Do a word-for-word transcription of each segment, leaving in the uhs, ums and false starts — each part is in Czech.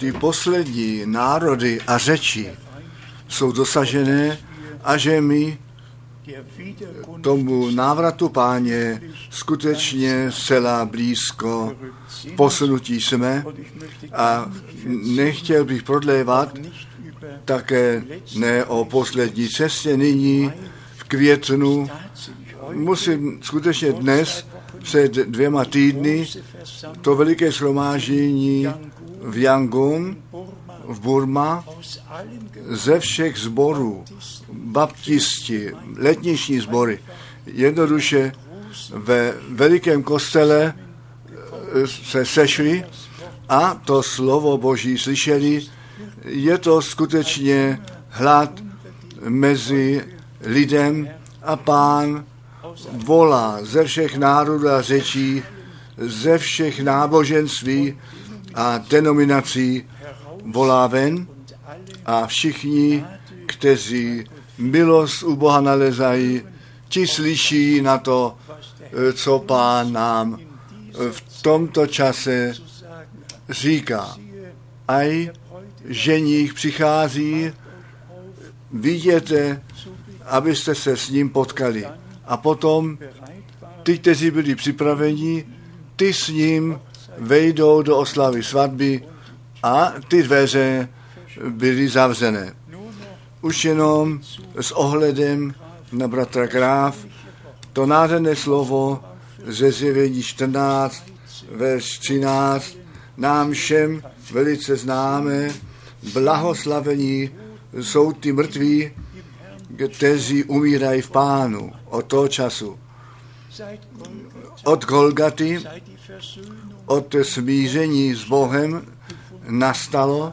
ty poslední národy a řeči jsou dosažené a že my tomu návratu Páně skutečně zcela blízko posunutí jsme a nechtěl bych prodlévat také ne o poslední cestě nyní v květnu. Musím skutečně dnes před dvěma týdny to veliké shromáždění v Yangon v Burma ze všech sborů, baptisti, letniční sbory, jednoduše ve velikém kostele se sešli a to slovo Boží slyšeli. Je to skutečně hlad mezi lidem a Pán volá ze všech národů a řečí, ze všech náboženství a denominací volá ven a všichni, kteří milost u Boha nalezají, ti slyší na to, co Pán nám v tomto čase říká. Aj ženích přichází, viděte, abyste se s ním potkali. A potom ty, kteří byli připraveni, ty s ním vejdou do oslavy svatby a ty dveře byly zavřené. Už jenom s ohledem na bratra Graf, to nádherné slovo ze Zjevení čtrnáct, verš třináct, nám všem velice známé, blahoslavení jsou ty mrtví, kteří umírají v Pánu od toho času. Od Golgaty, od smíření s Bohem nastalo,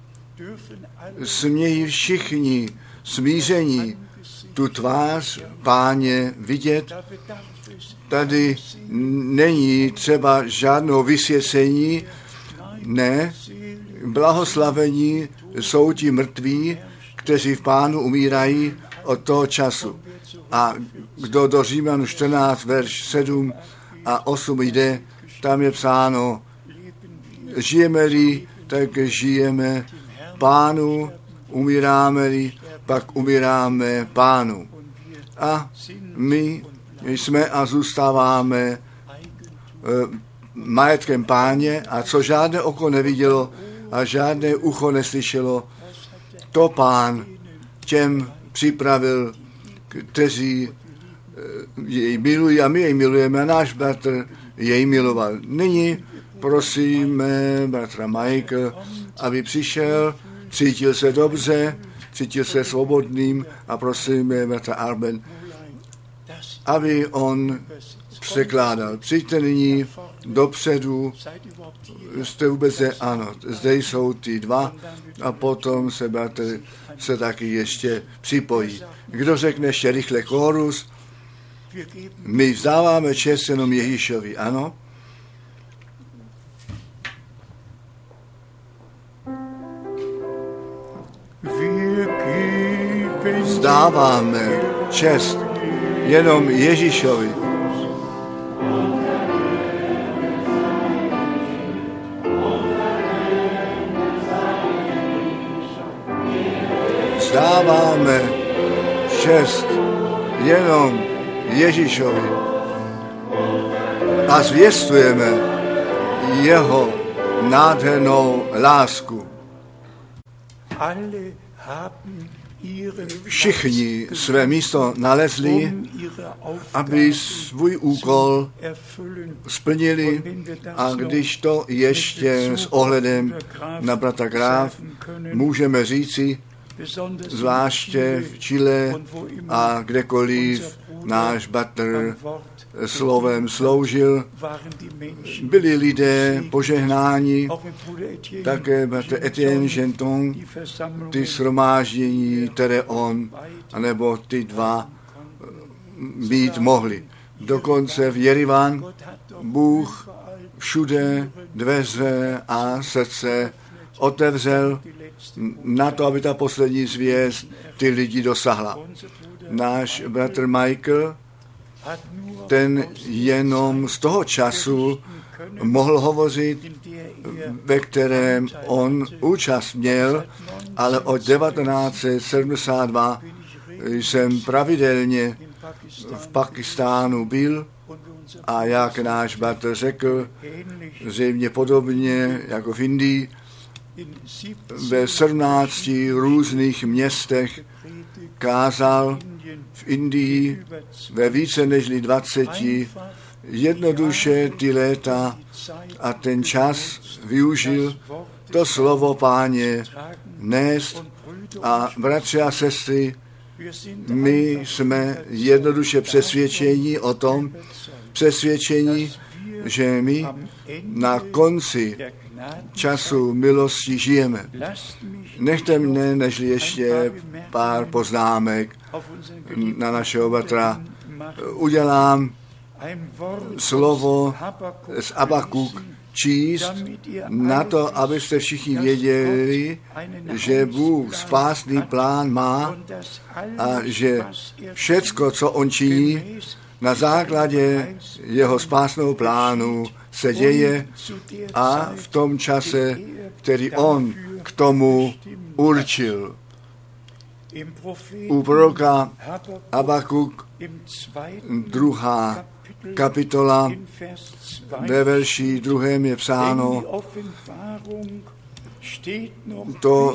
smějí všichni smíření tu tvář Páně vidět. Tady není třeba žádného vysvěcení, ne, blahoslavení jsou ti mrtví, kteří v Pánu umírají od toho času. A kdo do Římanů čtrnáct, verš sedm a osm jde, tam je psáno, žijeme-li, tak žijeme Pánu, umíráme-li, pak umíráme Pánu. A my jsme a zůstáváme e, majetkem Páně a co žádné oko nevidělo a žádné ucho neslyšelo, to Pán těm připravil, kteří jej milují a my jej milujeme a náš bratr jej miloval. Nyní prosíme bratra Michael, aby přišel, cítil se dobře, cítil se svobodným a prosíme bratra Arben, aby on překládal. Přijďte nyní dopředu, jste vůbec, ano, zde jsou ty dva a potom se bratr se taky ještě připojí. Kdo řekne ještě rychle chorus? My vzdáváme čest jenom Ježíšovi, ano? Vzdáváme čest jenom Ježíšovi. Vzdáváme čest jenom Ježíšovi a zvěstujeme jeho nádhernou lásku. Všichni své místo nalezli, aby svůj úkol splnili a když to ještě s ohledem na bratra Graf můžeme říci, zvláště v Chile a kdekoliv náš bratr slovem sloužil, byli lidé požehnáni, také bratr Etienne Genton, ty shromáždění, které on, anebo ty dva mít mohli. Dokonce v Jerevan Bůh všude dveře a srdce otevřel na to, aby ta poslední zvěst ty lidi dosahla. Náš bratr Michael, ten jenom z toho času mohl hovořit ve kterém on účast měl, ale od devatenáct set sedmdesát dva jsem pravidelně v Pakistánu byl a jak náš bratr řekl, zřejmě podobně jako v Indii, ve sedmnácti různých městech kázal, v Indii ve více než dvaceti, jednoduše ty léta a ten čas využil to slovo Páně nést. A bratři a sestry, my jsme jednoduše přesvědčení o tom, přesvědčení, že my na konci času milosti žijeme. Nechte mne, než ještě pár poznámek na našeho bratra udělám slovo z Habakuk číst na to, abyste všichni věděli, že Bůh spásný plán má a že všecko, co on činí, na základě jeho spásného plánu se děje a v tom čase, který on k tomu určil. U proroka Habakuk, druhá kapitola, ve verši druhém je psáno, to,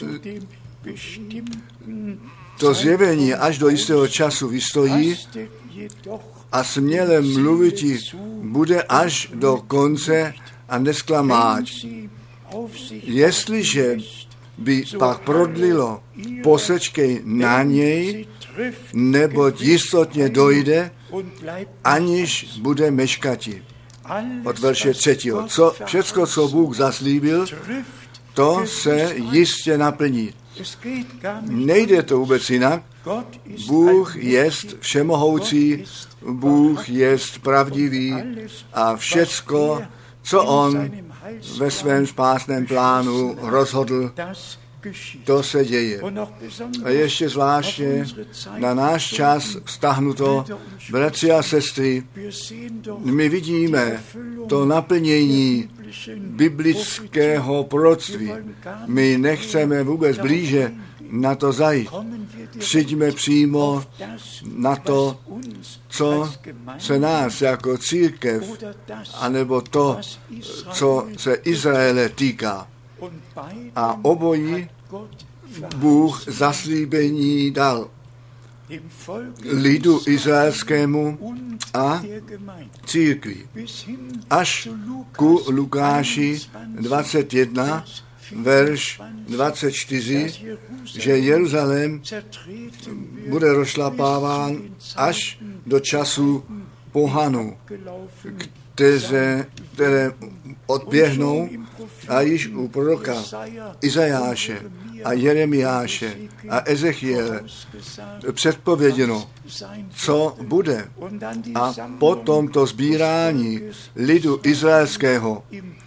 to zjevení až do jistého času vystojí a směle mluviti bude až do konce a nesklamáč. Jestliže by pak prodlilo, posečkej na něj, neboť jistotně dojde, aniž bude meškati. Od verše třetího. Co, všecko, co Bůh zaslíbil, to se jistě naplní. Nejde to vůbec jinak. Bůh jest všemohoucí, Bůh jest pravdivý a všecko, co on ve svém spásném plánu rozhodl, to se děje. A ještě zvláště na náš čas vztahnuto, bratři a sestry, my vidíme to naplnění biblického proroctví. My nechceme vůbec blíže na to zajít. Přijďme přímo na to, co se nás jako církev, anebo to, co se Izraele týká. A obojí Bůh zaslíbení dal lidu izraelskému a církvi. Až ku Lukáši dvacet jedna, verš dvacet čtyři, že Jeruzalém bude rozšlapáván až do času pohanů, které, které odběhnou a již u proroka Izajáše a Jeremiáše a Ezechiele předpověděno, co bude. A potom to sbírání lidu izraelského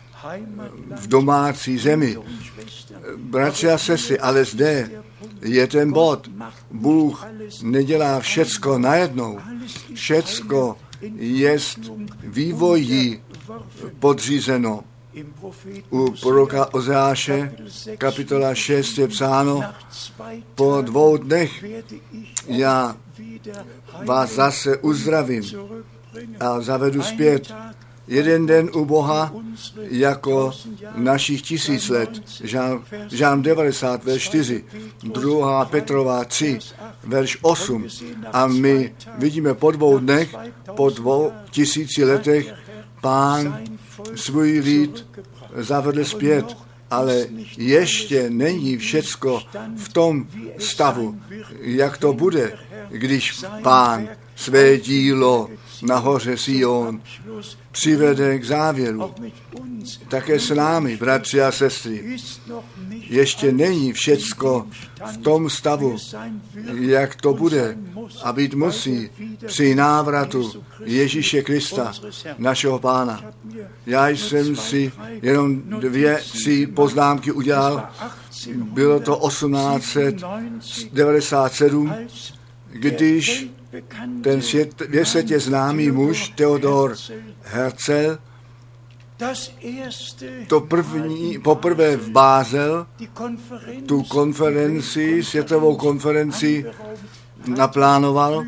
v domácí zemi. Bratři a sestry, ale zde je ten bod. Bůh nedělá všecko najednou. Všecko jest vývoji podřízeno. U proroka Ozeáše, kapitola šest, je psáno, po dvou dnech já vás zase uzdravím a zavedu zpět. Jeden den u Boha jako našich tisíc let. Žálm devadesát, verš čtyři. Druhá Petrova tři, verš osm. A my vidíme po dvou dnech, po dvou tisíci letech, Pán svůj lid zavedl zpět, ale ještě není všecko v tom stavu, jak to bude, když Pán své dílo na hoře Sion přivede k závěru. Také s námi, bratři a sestry, ještě není všecko v tom stavu, jak to bude a být musí při návratu Ježíše Krista, našeho Pána. Já jsem si jenom dvě, tři poznámky udělal. Bylo to osmnáct set devadesát sedm, když ten svět, ve světě známý muž Theodor Herzl To první, poprvé v Bázel, tu konferenci, světovou konferenci naplánoval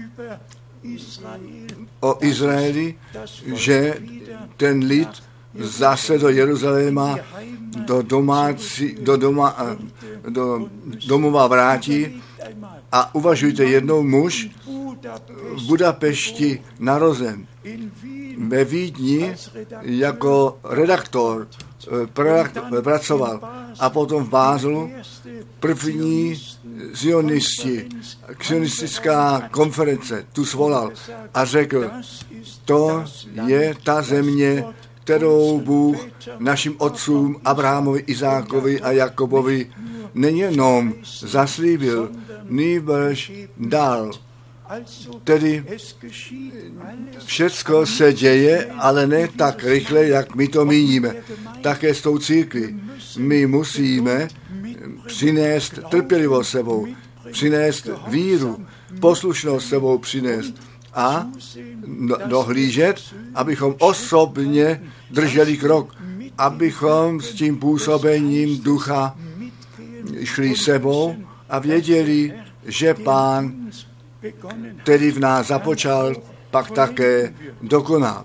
o Izraeli, že ten lid zase do Jeruzaléma, do, domácí, do, doma, do domova vrátí. A uvažujte, jednou muž v Budapešti narozen, ve Vídni jako redaktor pra, pracoval a potom v Bázelu první zionisti, zionistická konference tu svolal a řekl, to je ta země, kterou Bůh našim otcům Abrahamovi, Izákovi a Jakobovi nejenom zaslíbil, nýbrž dal. Tedy všecko se děje, ale ne tak rychle, jak my to míníme. Také s tou církví. My musíme přinést trpělivost sebou, přinést víru, poslušnost sebou přinést a dohlížet, abychom osobně drželi krok, abychom s tím působením ducha šli sebou a věděli, že Pán, který v nás započal, pak také dokoná.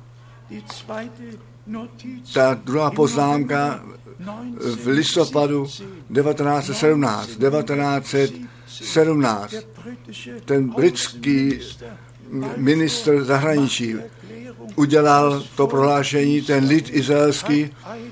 Ta druhá poznámka v listopadu devatenáct set sedmnáct. devatenáct set sedmnáct. Ten britský ministr zahraničí udělal to prohlášení, ten lid izraelský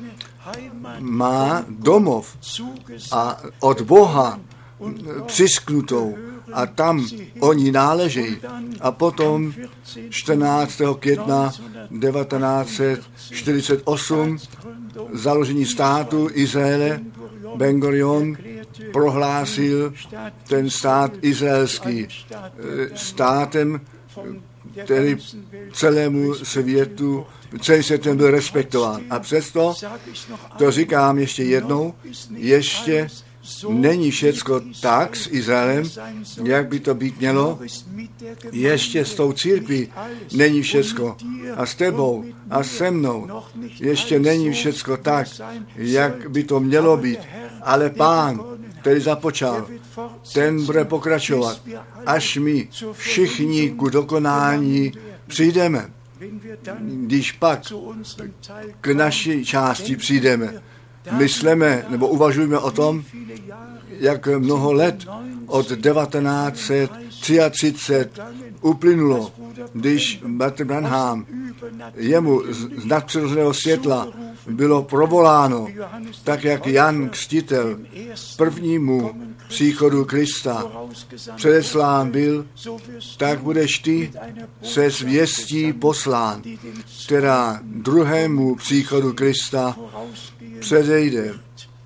má domov a od Boha přisknutou a tam oni náležejí. A potom čtrnáctého května devatenáct set čtyřicet osm založení státu Izraele Ben Gurion prohlásil ten stát izraelský státem, který celému světu, celý světem byl respektován. A přesto, to říkám ještě jednou, ještě není všecko tak s Izraelem, jak by to být mělo. Ještě s tou církví není všecko. A s tebou a se mnou ještě není všecko tak, jak by to mělo být. Ale Pán, který započal, ten bude pokračovat, až my všichni ku dokonání přijdeme. Když pak k naší části přijdeme, myslíme nebo uvažujeme o tom, jak mnoho let od devatenáct set třicet tři uplynulo, když bratr Branham jemu z nadpřirozeného světla bylo provoláno, tak jak Jan Křtitel prvnímu příchodu Krista předeslán byl, tak budeš ty se zvěstí poslán, která druhému příchodu Krista předejde.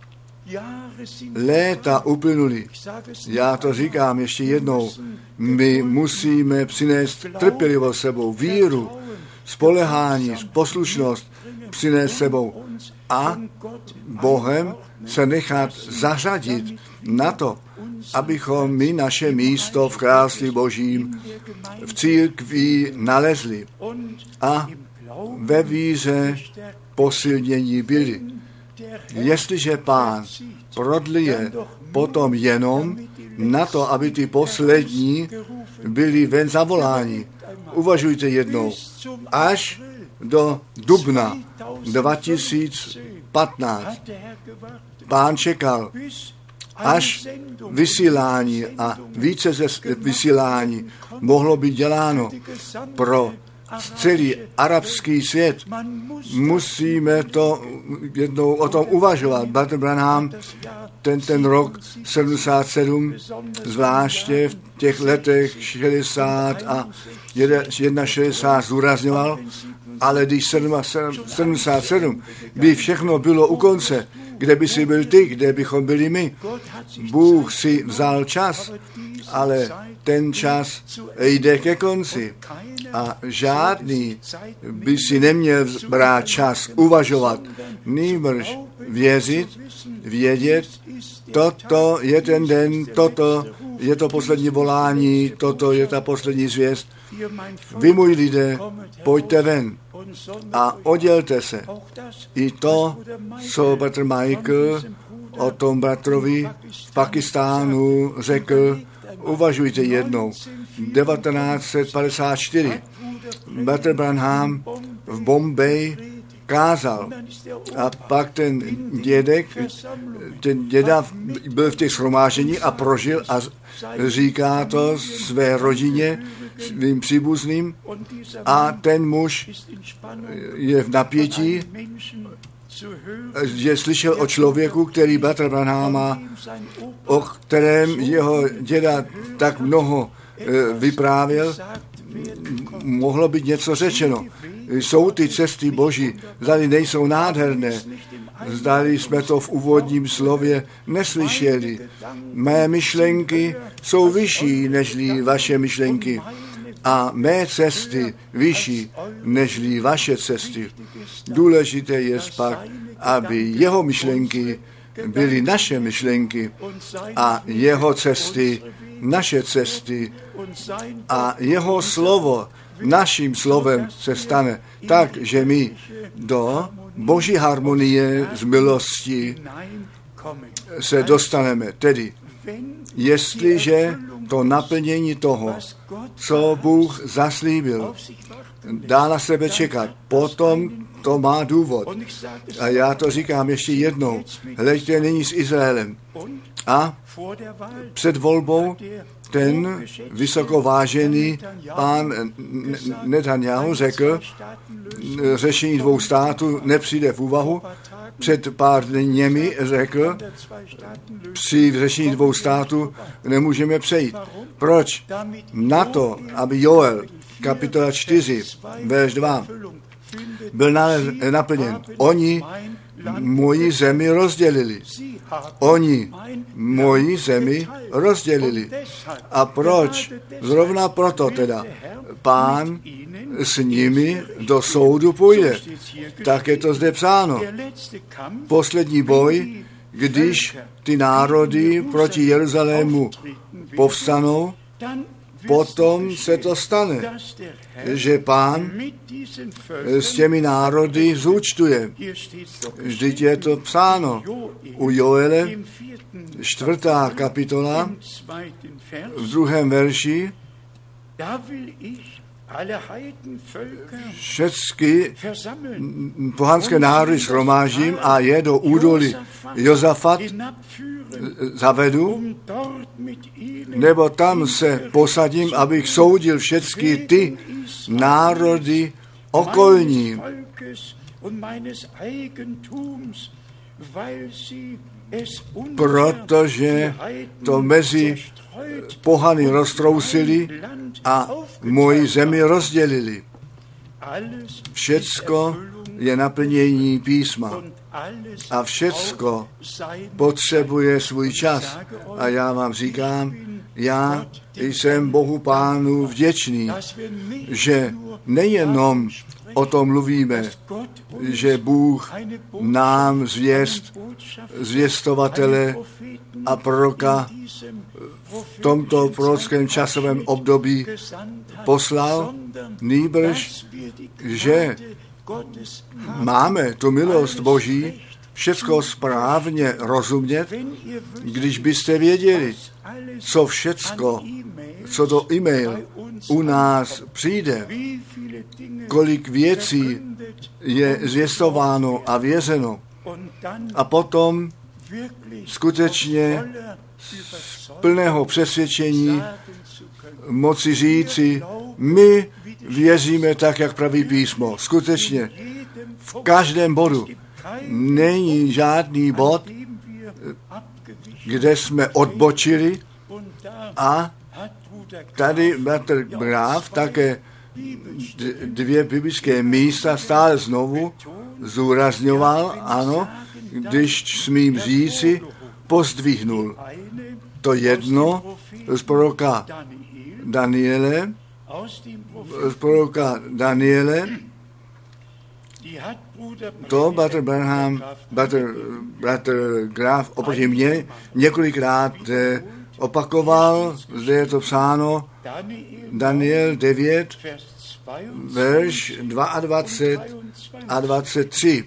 Léta uplynuly. Já to říkám ještě jednou. My musíme přinést trpělivost sebou, víru, spolehání, poslušnost přinést sebou a Bohem se nechat zařadit na to, abychom my naše místo v království Božím v církvi nalezli a ve víře posilnění byli. Jestliže Pán prodlije potom jenom na to, aby ty poslední byli ven zavoláni. Uvažujte jednou, až do dubna dva tisíce patnáct Pán čekal, až vysílání a více ze vysílání mohlo být děláno pro celý arabský svět. Musíme to jednou o tom uvažovat. Bratr Branham ten, ten rok sedmdesát sedm, zvláště v těch letech šedesát a šedesát jedna zúrazňoval, ale když sedmdesát sedm by všechno bylo u konce, kde by si byl ty, kde bychom byli my. Bůh si vzal čas, ale ten čas jde ke konci. A žádný by si neměl brát čas uvažovat, nýbrž věřit, vědět, toto je ten den, toto je to poslední volání, toto je ta poslední zvěst. Vy, můj lidé, pojďte ven a oddělte se. I to, co bratr Michael o tom bratrovi v Pakistánu řekl, uvažujte jednou. devatenáct set padesát čtyři. Bratr Branham v Bombay kázal. A pak ten dědek, ten děda byl v těch shromáždění a prožil a říká to své rodině, svým příbuzným, a ten muž je v napětí, že slyšel o člověku, který bratra Branhama, o kterém jeho děda tak mnoho vyprávěl, mohlo být něco řečeno. Jsou ty cesty Boží, zdali nejsou nádherné, zdali jsme to v úvodním slově neslyšeli. Mé myšlenky jsou vyšší nežli vaše myšlenky a mé cesty vyšší nežli vaše cesty. Důležité je pak, aby jeho myšlenky byly naše myšlenky a jeho cesty naše cesty a jeho slovo naším slovem se stane tak, že my do Boží harmonie z milosti se dostaneme. Tedy, jestliže to naplnění toho, co Bůh zaslíbil, dá na sebe čekat, potom to má důvod. A já to říkám ještě jednou. Hleďte nyní s Izraelem. A před volbou ten vysokovážený pán Netanyahu řekl, řešení dvou států nepřijde v úvahu. Před pár dněmi řekl, při řešení dvou států nemůžeme přejít. Proč? Na to, aby Joel, kapitola čtyři, verš dva, byl naplněn. Oni moji zemi rozdělili. Oni moji zemi rozdělili. A proč? Zrovna proto teda Pán s nimi do soudu půjde. Tak je to zde psáno. Poslední boj, když ty národy proti Jeruzalému povstanou, potom se to stane, že Pán s těmi národy zúčtuje. Vždyť je to psáno u Joele, čtvrtá kapitola, v druhém verši, všechny pohanské národy shromážím a je do údolí Jozafat zavedu, nebo tam se posadím, abych soudil všechny ty národy okolní, protože to mezi pohany roztrousili a moji zemi rozdělili. Všecko je naplnění písma a všecko potřebuje svůj čas. A já vám říkám, já jsem Bohu Pánu vděčný, že nejenom o tom mluvíme, že Bůh nám zvěst, zvěstovatele a proroka v tomto prorockém časovém období poslal, nýbrž, že máme tu milost Boží všecko správně rozumět, když byste věděli, co všecko, co do e-mail u nás přijde, kolik věcí je zvěstováno a vězeno. A potom skutečně z plného přesvědčení moci říci, my věříme tak, jak praví písmo. Skutečně v každém bodu není žádný bod, kde jsme odbočili, a tady bratr Graf také dvě biblické místa stále znovu zúrazňoval, ano, když smím říci, pozdvihnul. To jedno z proroka Daniele, z proroka Daniele, to bratr Branham, bratr, bratr Graf oproti mně několikrát opakoval, zde je to psáno, Daniel devět, verš dvacet dva a dvacet tři.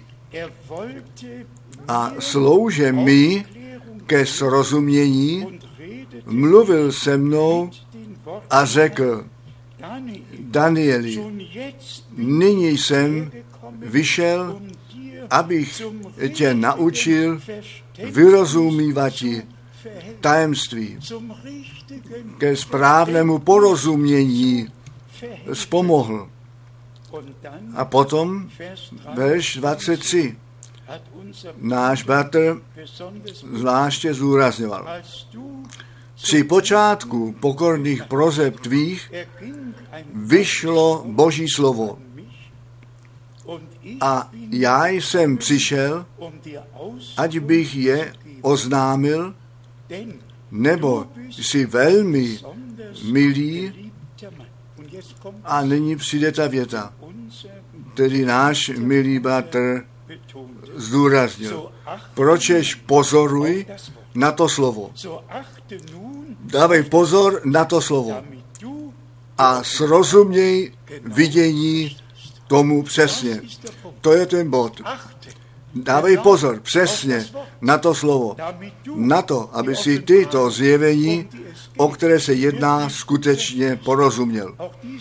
A slouže mi ke srozumění, mluvil se mnou a řekl: Danieli, nyní jsem vyšel, abych tě naučil vyrozumívati tajemství, ke správnému porozumění zpomohl. A potom verš dvacet tři. Náš bratr zvláště zúrazňoval: při počátku pokorných prozeb tvých vyšlo Boží slovo. A já jsem přišel, ať bych je oznámil, nebo jsi velmi milý. A nyní přijde ta věta, tedy náš milý bratr zdůraznil: pročež pozoruj na to slovo. Dávej pozor na to slovo a srozuměj vidění tomu přesně. To je ten bod. Dávej pozor přesně na to slovo. Na to, aby si ty to zjevení, o které se jedná, skutečně porozuměl.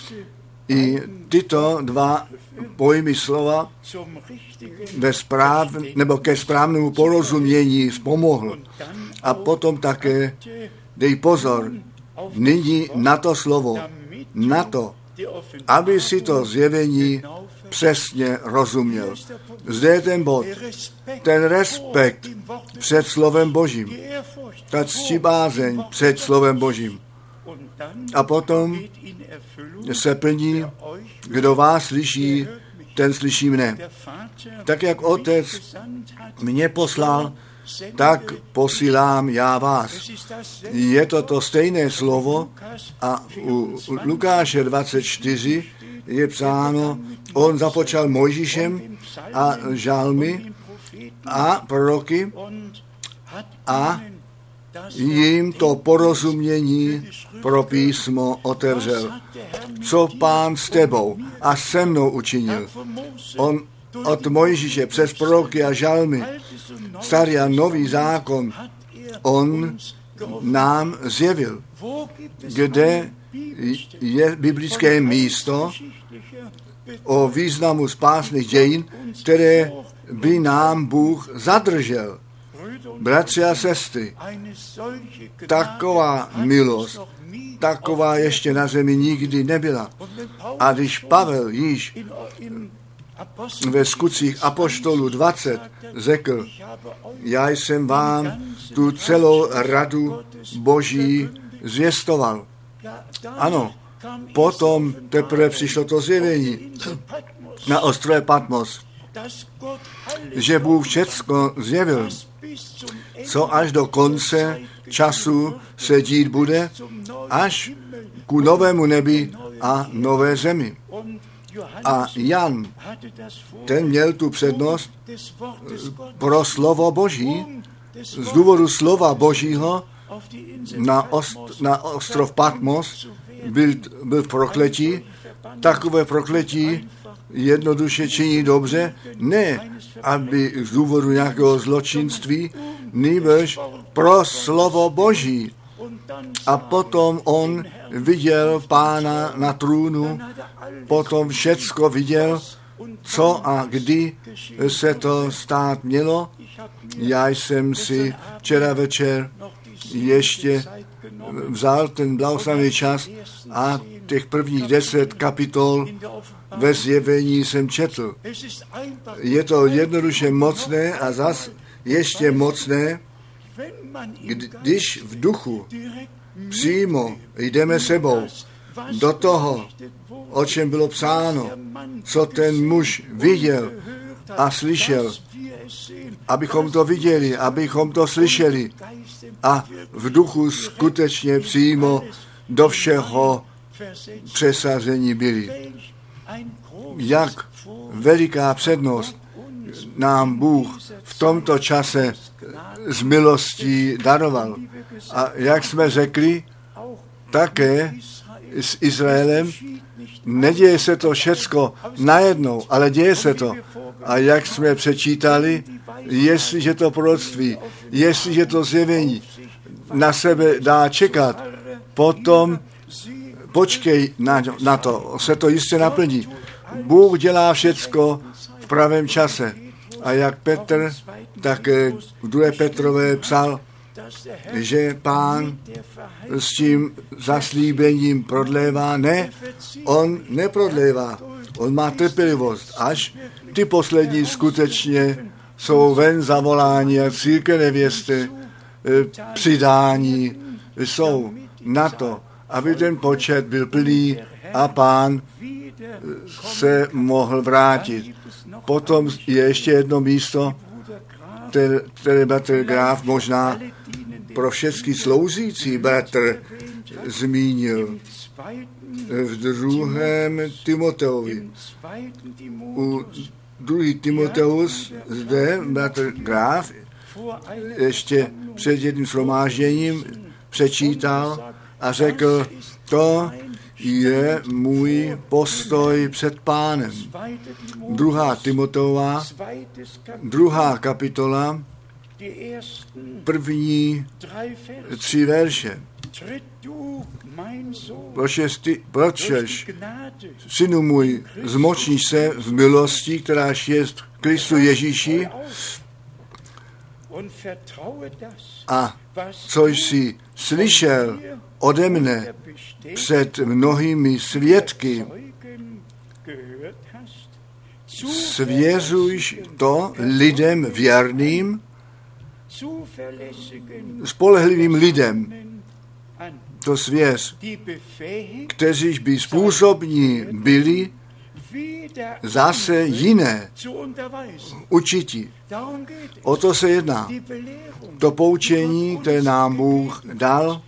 I tyto dva pojmy slova ve správ, nebo ke správnému porozumění zpomohl. A potom také dej pozor nyní na to slovo, na to, aby si to zjevení přesně rozuměl. Zde je ten bod, ten respekt před slovem Božím, ta ctibázeň před slovem Božím. A potom se plní, kdo vás slyší, ten slyší mne. Tak jak Otec mě poslal, tak posílám já vás. Je to to stejné slovo a u Lukáše dvacet čtyři je psáno: on započal Mojžíšem a žalmy a proroky a jim to porozumění pro písmo otevřel. Co Pán s tebou a se mnou učinil? On od Mojžíše přes proroky a žalmy, starý a nový zákon, on nám zjevil, kde je biblické místo o významu spásných dějin, které by nám Bůh zadržel. Bratři a sestry, taková milost, taková ještě na zemi nikdy nebyla. A když Pavel již ve skutcích apoštolů dvacet řekl: já jsem vám tu celou radu Boží zvěstoval. Ano, potom teprve přišlo to zjevení na ostrově Patmos, že Bůh všecko zjevil, co až do konce času se dít bude, až ku novému nebi a nové zemi. A Jan, ten měl tu přednost pro slovo Boží, z důvodu slova Božího na, ost, na ostrov Patmos byl, byl v prokletí. Takové prokletí jednoduše činí dobře, ne aby z důvodu nějakého zločinství, nýbrž pro slovo Boží. A potom on viděl Pána na trůnu, potom všecko viděl, co a kdy se to stát mělo. Já jsem si včera večer ještě vzal ten blahoslavený čas a těch prvních deset kapitol ve zjevení jsem četl. Je to jednoduše mocné a zas ještě mocné, když v duchu přímo jdeme sebou do toho, o čem bylo psáno, co ten muž viděl a slyšel, abychom to viděli, abychom to slyšeli a v duchu skutečně přímo do všeho přesazení byli. Jak veliká přednost nám Bůh v tomto čase z milostí daroval. A jak jsme řekli, také s Izraelem neděje se to všecko najednou, ale děje se to. A jak jsme přečítali, jestliže to proroctví, jestliže to zjevení na sebe dá čekat, potom počkej na, na to, se to jistě naplní. Bůh dělá všecko v pravém čase. A jak Petr, tak v druhé Petrové psal, že Pán s tím zaslíbením prodlévá. Ne, on neprodlévá. On má trpělivost, až ty poslední skutečně jsou ven zavoláni a církev nevěsty přidání jsou na to, aby ten počet byl plný a Pán se mohl vrátit. Potom je ještě jedno místo, které bratr Graf možná pro všechny sloužící bratr zmínil v druhém Timoteovi. U druhý Timoteus zde bratr Graf ještě před jedním shromážděním přečítal a řekl, to je můj postoj před Pánem. Druhá Timoteova, druhá kapitola, první tři verše. Pročeš, synu můj, zmocníš se v milosti, kteráž je v Kristu Ježíši, a co jsi slyšel ode mne před mnohými svědky, svěřujš to lidem věrným, spolehlivým lidem, to svěř, kteříž by způsobní byli zase jiné učiti. O to se jedná. To poučení, které nám Bůh dal,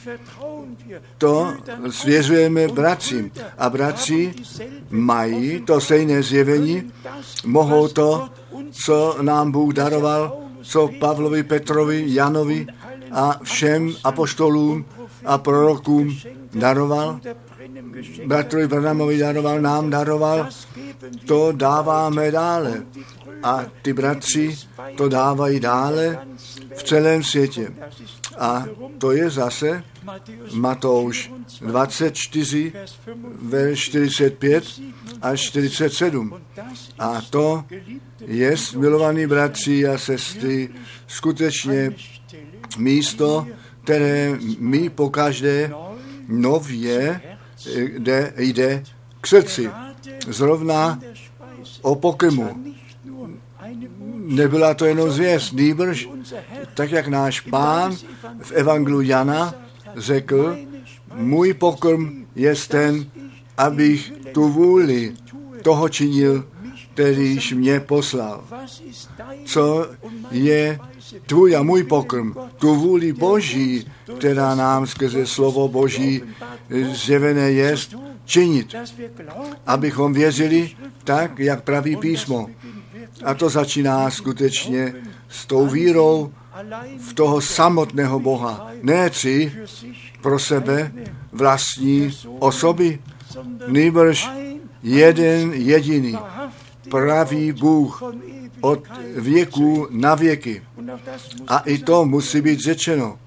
to svěřujeme bratřím. A bratři mají to stejné zjevení, mohou to, co nám Bůh daroval, co Pavlovi, Petrovi, Janovi a všem apoštolům a prorokům daroval, bratrovi Branamovi daroval, nám daroval, to dáváme dále. A ty bratři to dávají dále v celém světě. A to je zase Matouš dvacet čtyři, verš čtyřicet pět až čtyřicet sedm. A to je, milovaní bratři a sestry, skutečně místo, které my pokaždé nově jde, jde k srdci. Zrovna o pokrmu. Nebyla to jenom zvěst, nýbrž, tak jak náš Pán v evangeliu Jana řekl, můj pokrm je ten, abych tu vůli toho činil, kterýž mě poslal. Co je tvůj a můj pokrm? Tu vůli Boží, která nám skrze slovo Boží zjevené jest, činit. Abychom věřili tak, jak praví písmo. A to začíná skutečně s tou vírou v toho samotného Boha. Ne tři pro sebe vlastní osoby, nýbrž jeden jediný pravý Bůh od věku na věky. A i to musí být řečeno.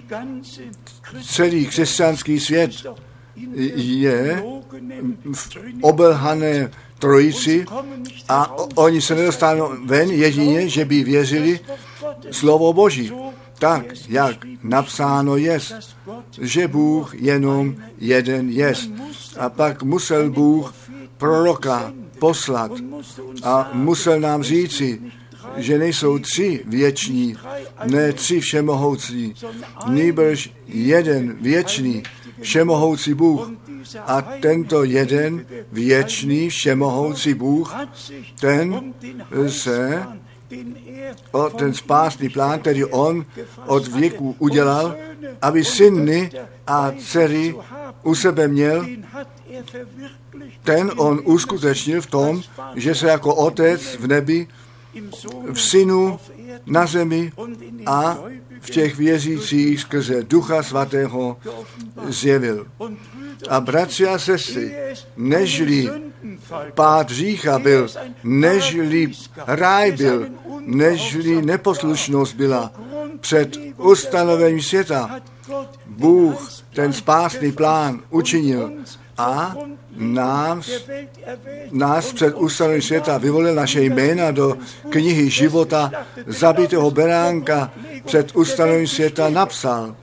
Celý křesťanský svět je v obelhané trojici a oni se nedostanou ven jedině, že by věřili slovo Boží. Tak, jak napsáno jest, že Bůh jenom jeden jest. A pak musel Bůh proroka poslat a musel nám říci, že nejsou tři věční, ne tři všemohoucí, nýbrž jeden věčný, všemohoucí Bůh. A tento jeden věčný, všemohoucí Bůh, ten se o ten spásný plán, který on od věku udělal, aby syny a dcery u sebe měl, ten on uskutečnil v tom, že se jako otec v nebi v Synu na zemi a v těch věřících skrze Ducha Svatého zjevil. A bratři a sestry, nežli pád hřícha byl, nežli ráj byl, nežli neposlušnost byla před ustanovením světa, Bůh ten spásný plán učinil a nás, nás před ustanovením světa vyvolil naše jména do knihy života zabitého beránka před ustanovením světa napsal.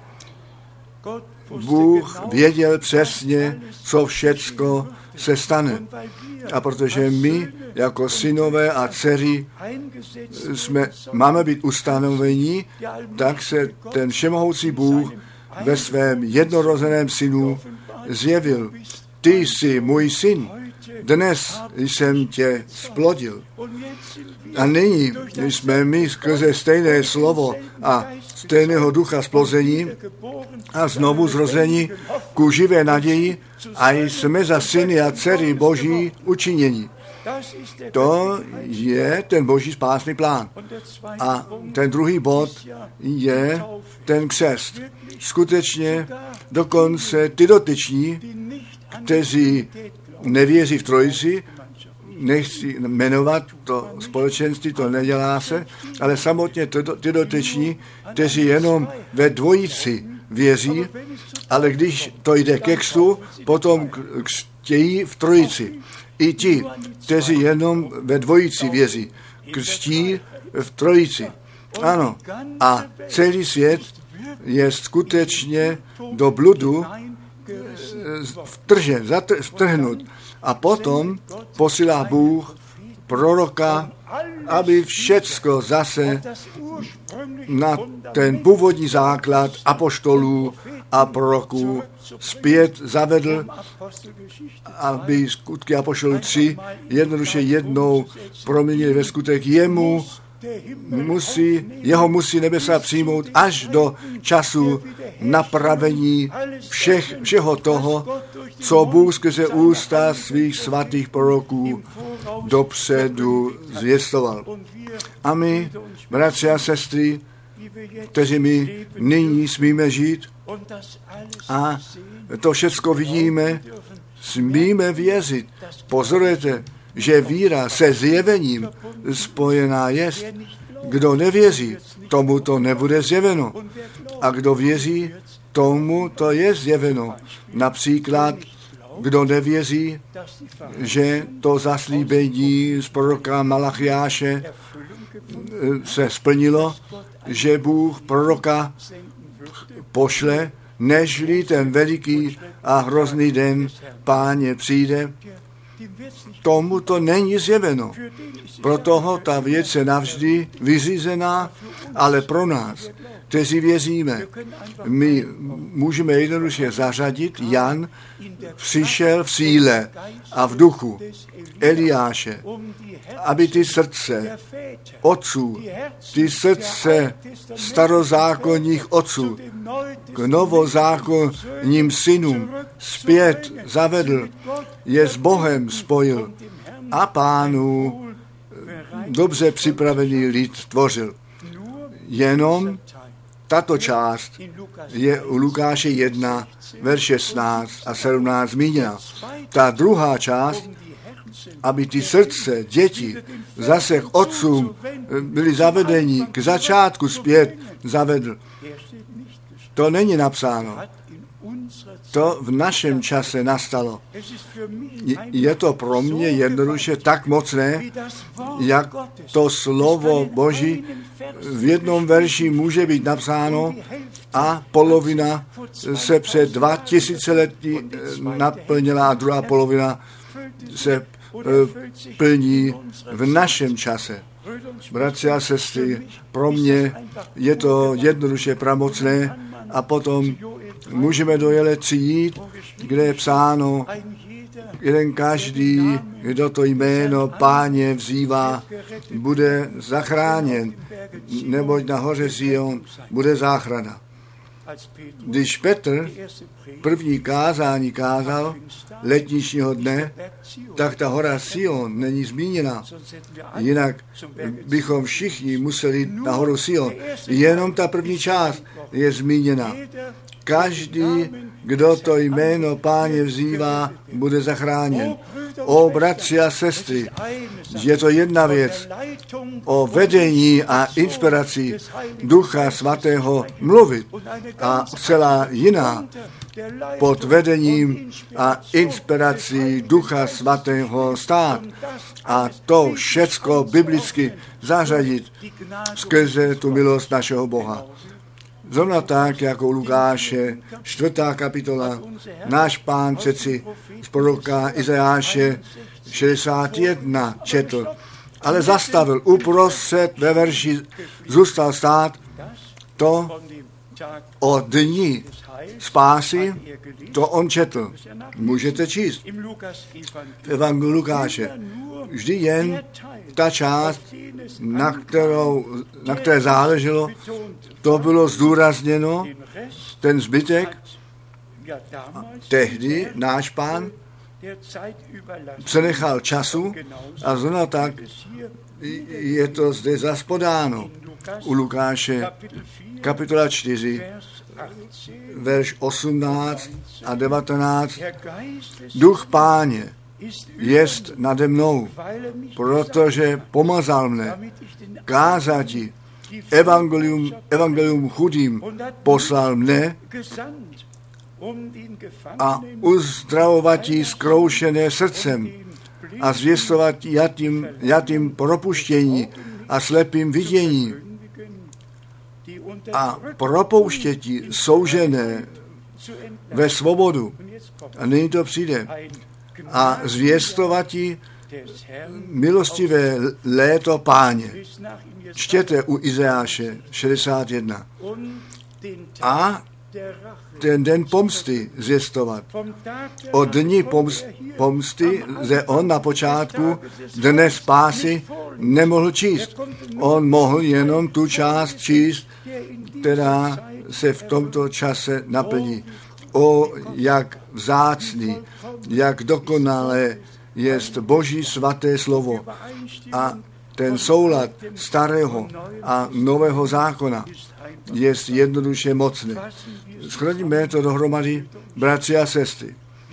Bůh věděl přesně, co všecko se stane. A protože my, jako synové a dcery, jsme, máme být ustanovení, tak se ten všemohoucí Bůh ve svém jednorozeném synu zjevil. Ty jsi můj syn, dnes jsem tě splodil. A nyní jsme my skrze stejné slovo a stejného ducha splození a znovu zrození ku živé naději a jsme za syny a dcery Boží učinění. To je ten Boží spásný plán. A ten druhý bod je ten křest. Skutečně dokonce ty dotyční, kteří nevěří v trojici, nechci jmenovat to společenství, to nedělá se, ale samotně ty dotyční, kteří jenom ve dvojici věří, ale když to jde ke křtu, potom chtějí v trojici. I ti, kteří jenom ve dvojici věří, křtí v trojici. Ano, a celý svět je skutečně do bludu vtržen, vtrhnut. A potom posílá Bůh proroka, aby všecko zase na ten původní základ apoštolů a proroků zpět zavedl, aby skutky apoštolů tři jednoduše jednou proměnili ve skutek jemu, musí, jeho musí nebesa přijmout až do času napravení všech, všeho toho, co Bůh skrze ústa svých svatých proroků dopředu zvěstoval. A my, bratři a sestry, kteří my nyní smíme žít a to všecko vidíme, smíme věřit. Pozorujete, že víra se zjevením spojená jest. Kdo nevěří, tomu to nebude zjeveno. A kdo věří, tomu to je zjeveno. Například, kdo nevěří, že to zaslíbení z proroka Malachiáše se splnilo, že Bůh proroka pošle, nežli ten veliký a hrozný den Páně přijde, tomu to není zjeveno. Pro toho ta věc je navždy vyřízená, ale pro nás, kteří věříme, my můžeme jednoduše zařadit, Jan přišel v síle a v duchu Eliáše, aby ty srdce otců, ty srdce starozákonních otců k novozákonním synům zpět zavedl, je s Bohem spojil a Pánu dobře připravený lid tvořil. Jenom tato část je u Lukáše jedna, verš šestnáct a sedmnáct zmíněna. Ta druhá část, aby ty srdce, děti, zase k otcům byli zavedeni, k začátku zpět zavedl. To není napsáno. To v našem čase nastalo. Je to pro mě jednoduše tak mocné, jak to slovo Boží v jednom verši může být napsáno a polovina se před dva tisíce lety naplnila a druhá polovina se plní v našem čase. Bratři a sestry, pro mě je to jednoduše pramocné a potom můžeme do Jelecí jít, kde je psáno, jeden každý, kdo to jméno Páně vzývá, bude zachráněn, neboť na hoře Sion bude záchrana. Když Petr první kázání kázal letničního dne, tak ta hora Sion není zmíněna. Jinak bychom všichni museli jít na horu Sion. Jenom ta první část je zmíněna. Každý, kdo to jméno Páně vzývá, bude zachráněn. O bratři a sestry, je to jedna věc o vedení a inspiraci Ducha Svatého mluvit a celá jiná pod vedením a inspirací Ducha Svatého stát a to všecko biblicky zařadit skrze tu milost našeho Boha. Zrovna tak, jako u Lukáše, čtvrtá kapitola, náš Pán přeci z proroka Izajáše šedesát jedna četl, ale zastavil uprostřed ve verši zůstal stát to o dni spásy, to on četl. Můžete číst v Evangeliu Lukáše. Vždy jen ta část, na, kterou, na které záleželo, to bylo zdůrazněno, ten zbytek. Tehdy náš Pán přenechal času a zrovna tak je to zde zaspodáno. U Lukáše kapitola čtyři, verš osmnáct a devatenáct. Duch Páně jest nade mnou, protože pomazal mne kázati evangelium, evangelium chudým, poslal mne a uzdravovatí zkroušené srdcem a zvěstovat jatým, jatým propuštění a slepým vidění a propouštěti soužené ve svobodu. A nyní to přijde. A zvěstovatí milostivé léto Páně. Čtěte u Izajáše šedesát jedna. A ten den pomsty zvěstovat. O dni pomsty ze on na počátku dne spásy nemohl číst. On mohl jenom tu část číst, která se v tomto čase naplní. O, jak vzácný, jak dokonalé jest Boží svaté slovo a ten soulad starého a nového zákona je jednoduše mocný. Shodíme to dohromady, bratři a sestry.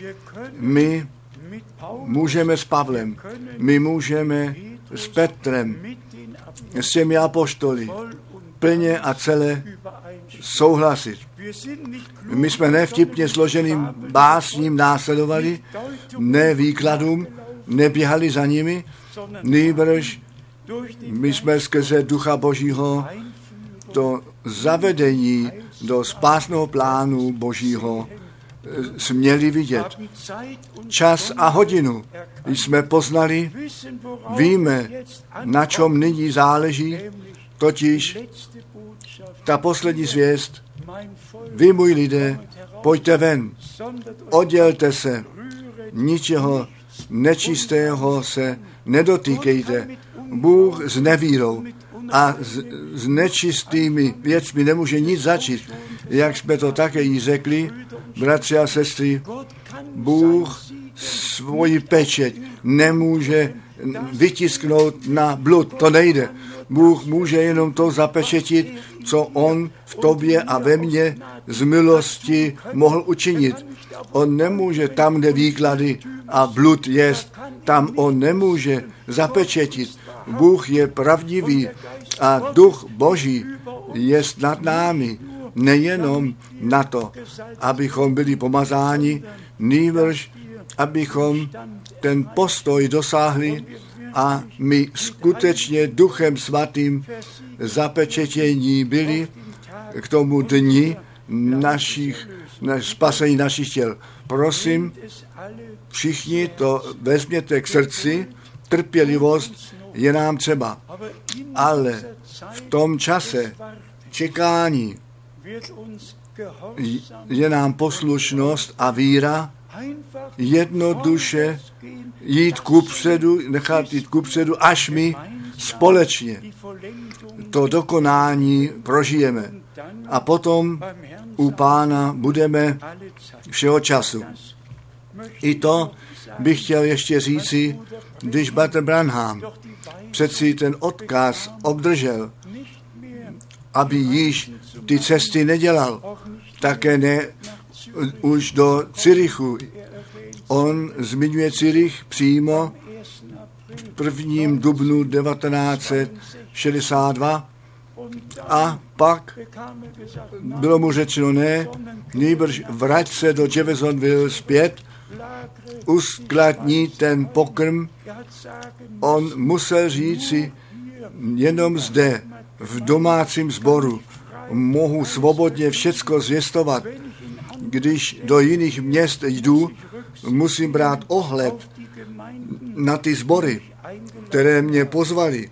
My můžeme s Pavlem, my můžeme s Petrem, s těmi apoštoly plně a celé souhlasit. My jsme ne vtipně složeným básním následovali, ne výkladům, neběhali za nimi, nýbrž my jsme skrze Ducha Božího to zavedení do spásného plánu Božího směli vidět. Čas a hodinu jsme poznali, víme, na čem nyní záleží, totiž ta poslední zvěst, vy, můj lidé, pojďte ven, oddělte se, ničeho nečistého se nedotýkejte. Bůh s nevírou a s, s nečistými věcmi nemůže nic začít. Jak jsme to také jí řekli, bratři a sestry, Bůh svoji pečeť nemůže vytisknout na blud. To nejde. Bůh může jenom to zapečetit, co on v tobě a ve mně z milosti mohl učinit. On nemůže tam, kde výklady a blud jest, tam on nemůže zapečetit. Bůh je pravdivý a Duch Boží jest nad námi. Nejenom na to, abychom byli pomazáni, nýbrž abychom ten postoj dosáhli a my skutečně Duchem Svatým zapečetění byli k tomu dni našich, naš, spasení našich těl. Prosím, všichni to vezměte k srdci, trpělivost je nám třeba, ale v tom čase čekání je nám poslušnost a víra jednoduše jít kupředu, nechat jít kupředu, až my společně to dokonání prožijeme. A potom u Pána budeme všeho času. I to bych chtěl ještě říci, když Brother Branham přeci ten odkaz obdržel, aby již ty cesty nedělal, také ne už do Cyrichu. On zmiňuje Cyrich přímo v prvním dubnu devatenáct set šedesát dva a pak bylo mu řečeno ne, nýbrž vrať se do Jeffersonville zpět, uskladní ten pokrm. On musel říci, jenom zde, v domácím sboru, mohu svobodně všecko zvěstovat. Když do jiných měst jdu, musím brát ohled na ty sbory, které mě pozvali.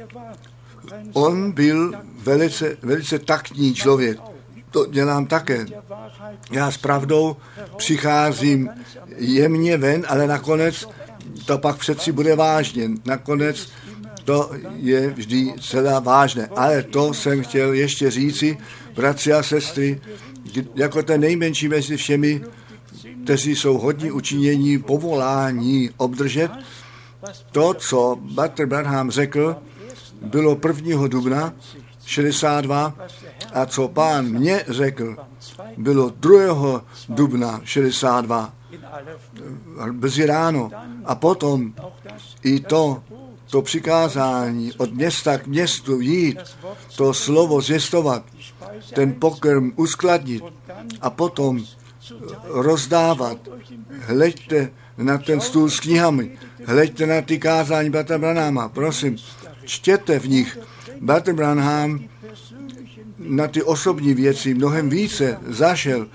On byl velice, velice taktní člověk. To dělám také. Já s pravdou přicházím jemně ven, ale nakonec to pak přeci bude vážně. Nakonec to je vždy celá vážné. Ale to jsem chtěl ještě říci, bratři a sestry, jako ten nejmenší mezi všemi, kteří jsou hodně učinění, povolání obdržet. To, co Brother Branham řekl, bylo prvního dubna šedesát dva a co Pán mě řekl, bylo druhého dubna šedesát dva. Brzy ráno. A potom i to, to přikázání od města k městu jít, to slovo zvěstovat, ten pokrm uskladnit a potom rozdávat. Hleďte na ten stůl s knihami, hleďte na ty kázání Bratra Branhama, prosím, čtěte v nich. Brother Branham na ty osobní věci mnohem více zašel,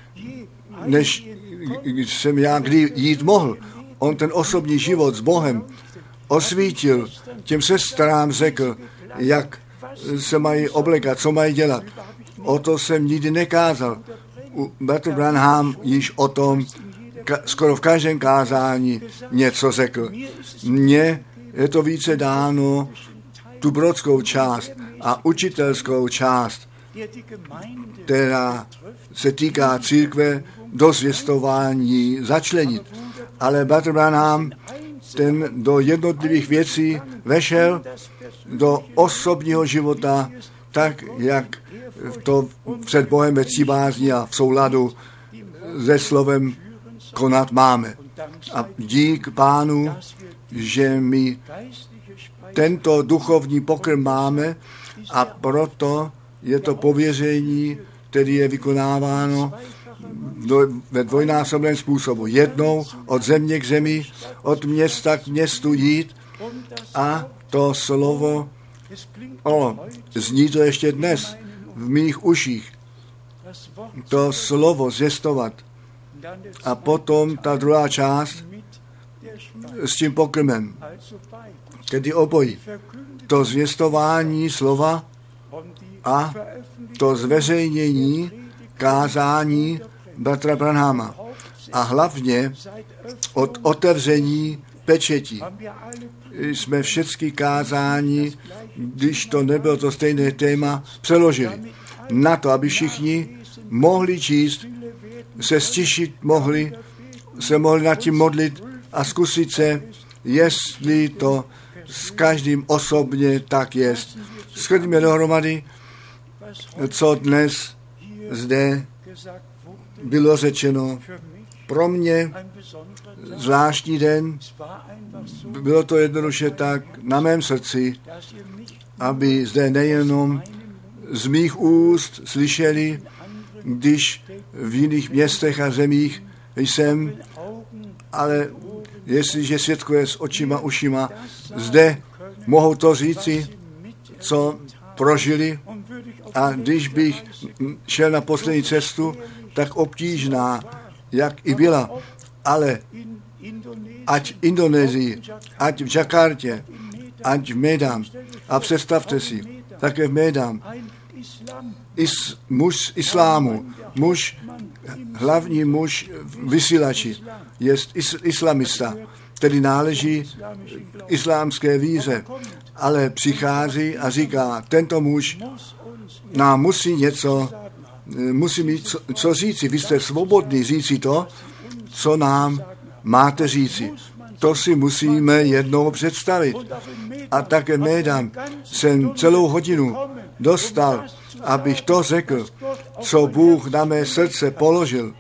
než jsem já kdy jít mohl. On ten osobní život s Bohem osvítil, těm sestrám řekl, jak se mají oblekat, co mají dělat. O to jsem nikdy nekázal. Brother Branham již o tom ka- skoro v každém kázání něco řekl. Mně je to více dáno tu brodskou část a učitelskou část, která se týká církve, do zvěstování začlenit. Ale Brother Branham ten do jednotlivých věcí vešel do osobního života, tak, jak to před Bohem ve cíbázni a v souladu se slovem konat máme. A dík Pánu, že my tento duchovní pokrm máme a proto je to pověření, které je vykonáváno do, ve dvojnásobném způsobu. Jednou od země k zemi, od města k městu jít a to slovo, o, zní to ještě dnes v mých uších, to slovo zvěstovat. A potom ta druhá část s tím pokrmem, tedy obojí. To zvěstování slova a to zveřejnění kázání bratra Branhama. A hlavně od otevření pečetí. Jsme všechny kázání, když to nebylo to stejné téma, přeložili. Na to, aby všichni mohli číst, se stišit mohli, se mohli nad tím modlit a zkusit se, jestli to s každým osobně tak jest. Shrňme dohromady, co dnes zde bylo řečeno. Pro mě zvláštní den, bylo to jednoduše tak na mém srdci, aby zde nejenom z mých úst slyšeli, když v jiných městech a zemích jsem, ale jestliže svědkuje s očima, ušima, zde mohou to říci, co prožili. A když bych šel na poslední cestu, tak obtížná, jak i byla, ale ať v Indonésii, ať v Jakartě, ať v Médám, a představte si, také v Médám, is, muž z islámu, muž, hlavní muž vysílači, je is, islamista, který náleží islámské víře, ale přichází a říká, tento muž nám musí něco musí mít co, co říci. Vy jste svobodní říci to, co nám máte říci. To si musíme jednou představit. A také Médan jsem celou hodinu dostal, abych to řekl, co Bůh na mé srdce položil.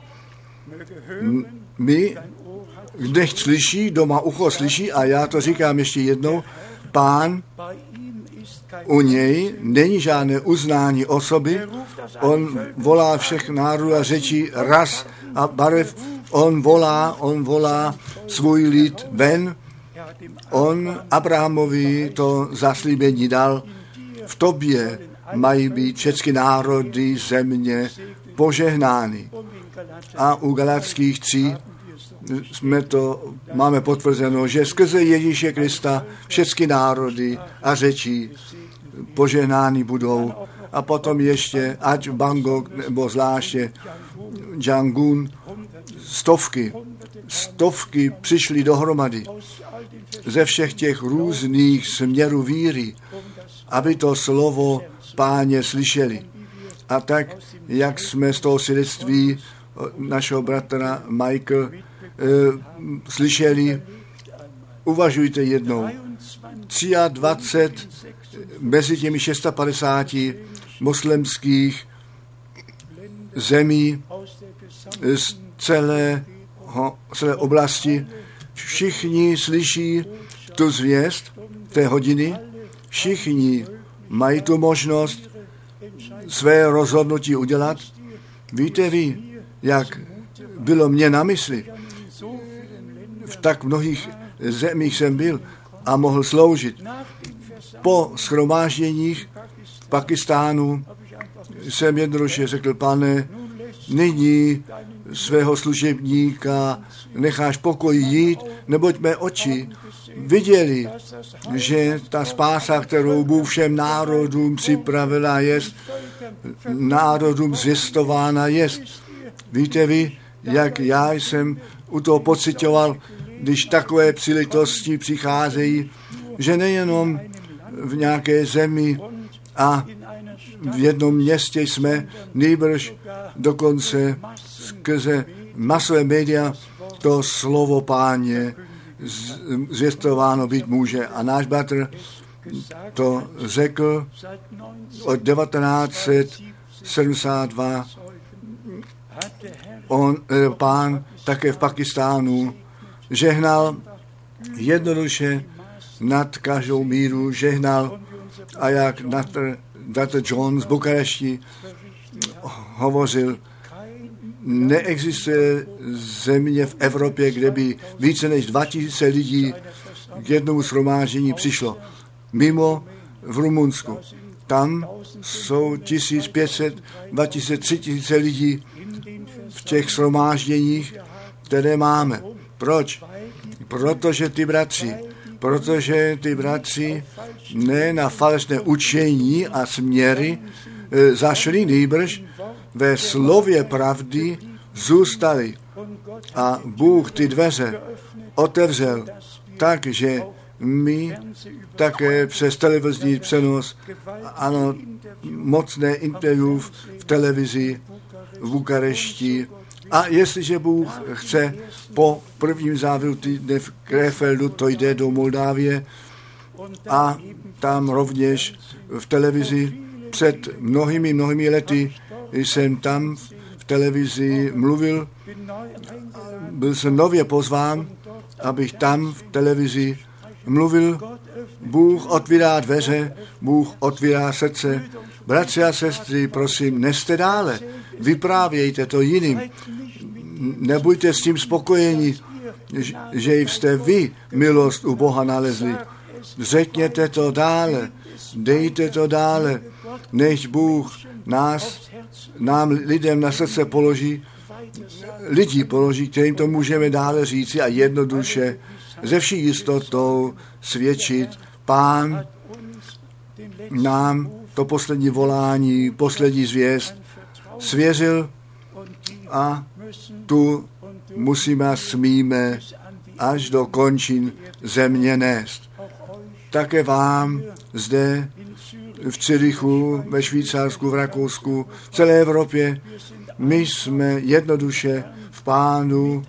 My, nechť slyší, doma ucho slyší, a já to říkám ještě jednou, Pán, u něj není žádné uznání osoby, on volá všech národů a řečí, ras a barev, on volá, on volá svůj lid ven, on Abrahamovi to zaslíbení dal, v tobě mají být všechny národy země požehnány. A u Galatských tří jsme to, máme potvrzeno, že skrze Ježíše Krista všechny národy a řečí požehnány budou. A potom ještě, ať v Bangkok nebo zvláště Yangon, stovky, stovky přišly dohromady ze všech těch různých směrů víry, aby to slovo Páně slyšeli. A tak, jak jsme z toho svědectví našeho bratra Michael e, slyšeli, uvažujte jednou. dvacet tři mezi těmi šestapadesáti moslemských zemí z celé, celé oblasti, všichni slyší tu zvěst té hodiny, všichni mají tu možnost své rozhodnutí udělat. Víte vy, jak bylo mě na mysli? V tak mnohých zemích jsem byl a mohl sloužit. Po shromážděních v Pakistánu jsem jednoduše řekl, pane, nyní svého služebníka necháš pokoj jít, neboť mé oči viděli, že ta spása, kterou Bůh všem národům připravila jest, národům zvěstována jest. Víte vy, jak já jsem u toho pocitoval, když takové příležitosti přicházejí, že nejenom v nějaké zemi a v jednom městě jsme, nýbrž dokonce skrze masové média to slovo Páně zvěstováno být může. A náš bratr to řekl od devatenáct set sedmdesát dva. On, Pán také v Pakistánu žehnal jednoduše nad každou míru, žehnal, a jak bratr John z Bukarešti hovořil, neexistuje země v Evropě, kde by více než dva tisíce lidí k jednomu shromáždění přišlo. Mimo v Rumunsku. Tam jsou tisíc pět set, dva tisíce, tři tisíce lidí v těch shromážděních, které máme. Proč? Protože ty bratři, protože ty bratři ne na falešné učení a směry e, zašli, nýbrž ve slově pravdy zůstali. A Bůh ty dveře otevřel tak, že my také přes televizní přenos, ano, mocné interview v televizi v Bukarešti. A jestliže Bůh chce, po prvním závěru týdne v Krefeldu to jde do Moldávie a tam rovněž v televizi před mnohými, mnohými lety jsem tam v televizi mluvil. Byl jsem nově pozván, abych tam v televizi mluvil. Bůh otvírá dveře, Bůh otvírá srdce. Bratři a sestry, prosím, neste dále, vyprávějte to jiným. Nebuďte s tím spokojeni, že jste vy milost u Boha nalezli. Řekněte to dále, dejte to dále, než Bůh nás, nám lidem na srdce položí, lidi položí, kterým to můžeme dále říci a jednoduše ze vší jistotou svědčit. Pán nám to poslední volání, poslední zvěst svěřil a tu musíme a smíme až do končin země nést. Také vám zde v Cyrichu, ve Švýcarsku, v Rakousku, v celé Evropě. My jsme jednoduše v Pánu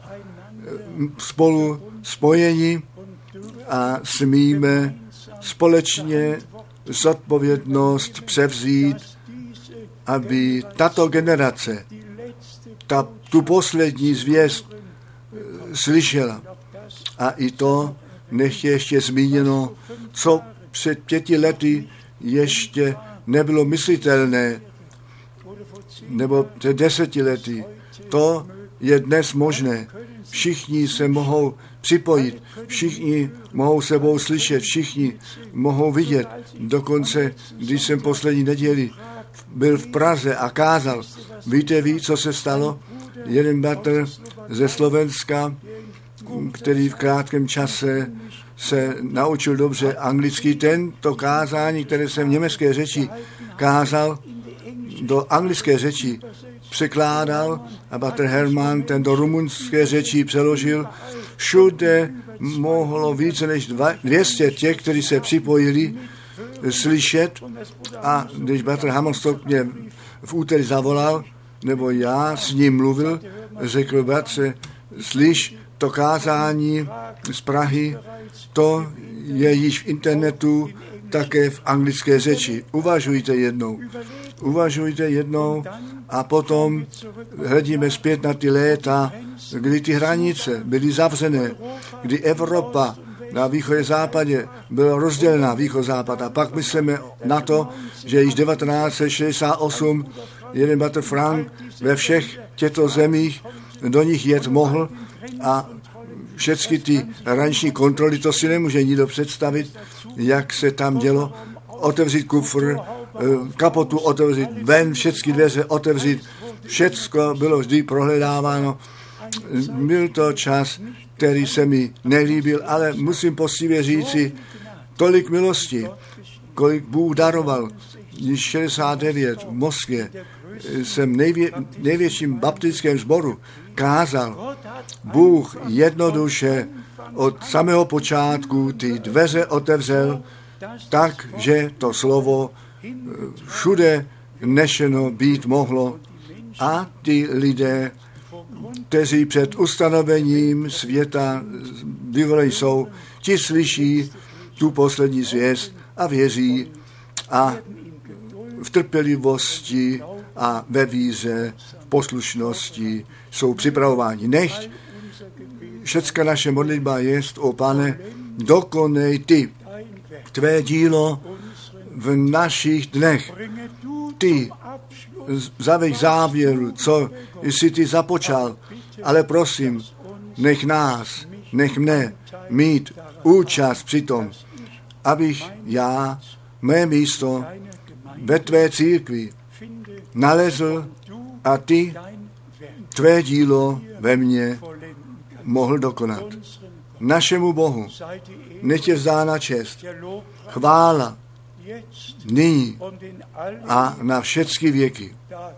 spolu spojeni a smíme společně zodpovědnost převzít, aby tato generace ta, tu poslední zvěst slyšela. A i to nech je ještě zmíněno, co před pěti lety ještě nebylo myslitelné, nebo před deseti lety. To je dnes možné. Všichni se mohou připojit, všichni mohou sebou slyšet, všichni mohou vidět. Dokonce, když jsem poslední neděli byl v Praze a kázal, víte ví, co se stalo? Jeden bratr ze Slovenska, který v krátkém čase se naučil dobře anglicky, tento kázání, které jsem v německé řeči kázal, do anglické řeči překládal a bratr Hermann ten do rumunské řeči přeložil. Všude mohlo více než dvě stě těch, kteří se připojili, slyšet. A když bratr Hammerstock mě v úterý zavolal, nebo já s ním mluvil, řekl, bratře, slyš, to kázání z Prahy, to je již v internetu, také v anglické řeči. Uvažujte jednou. Uvažujte jednou a potom hledíme zpět na ty léta, kdy ty hranice byly zavřené, kdy Evropa na východě západě byla rozdělená východ-západ. A pak myslíme na to, že již devatenáct set šedesát osm jeden bratr Frank ve všech těchto zemích do nich jet mohl a všechny ty hraniční kontroly, to si nemůže nikdo představit, jak se tam dělo, otevřít kufr, kapotu otevřít, ven, všechny dveře otevřít, všecko bylo vždy prohledáváno. Byl to čas, který se mi nelíbil, ale musím poctivě říci, tolik milosti, kolik Bůh daroval. Když šedesát devět v Moskvě jsem nejvě, největším baptickém sboru kázal, Bůh jednoduše od samého počátku ty dveře otevřel tak, že to slovo všude nešeno být mohlo a ty lidé, kteří před ustanovením světa vyvolení jsou, ti slyší tu poslední zvěst a věří a v trpělivosti a ve víře, v poslušnosti jsou připravováni. Nechť všecka naše modlitba jest, o Pane, dokonej ty tvé dílo v našich dnech. Ty zaveď závěru, co jsi ty započal, ale prosím, nech nás, nech mne mít účast při tom, abych já, mé místo ve tvé církvi nalezl a ty tvé dílo ve mně mohl dokonat. Našemu Bohu nech je vzána čest, chvála nyní a na všechny věky.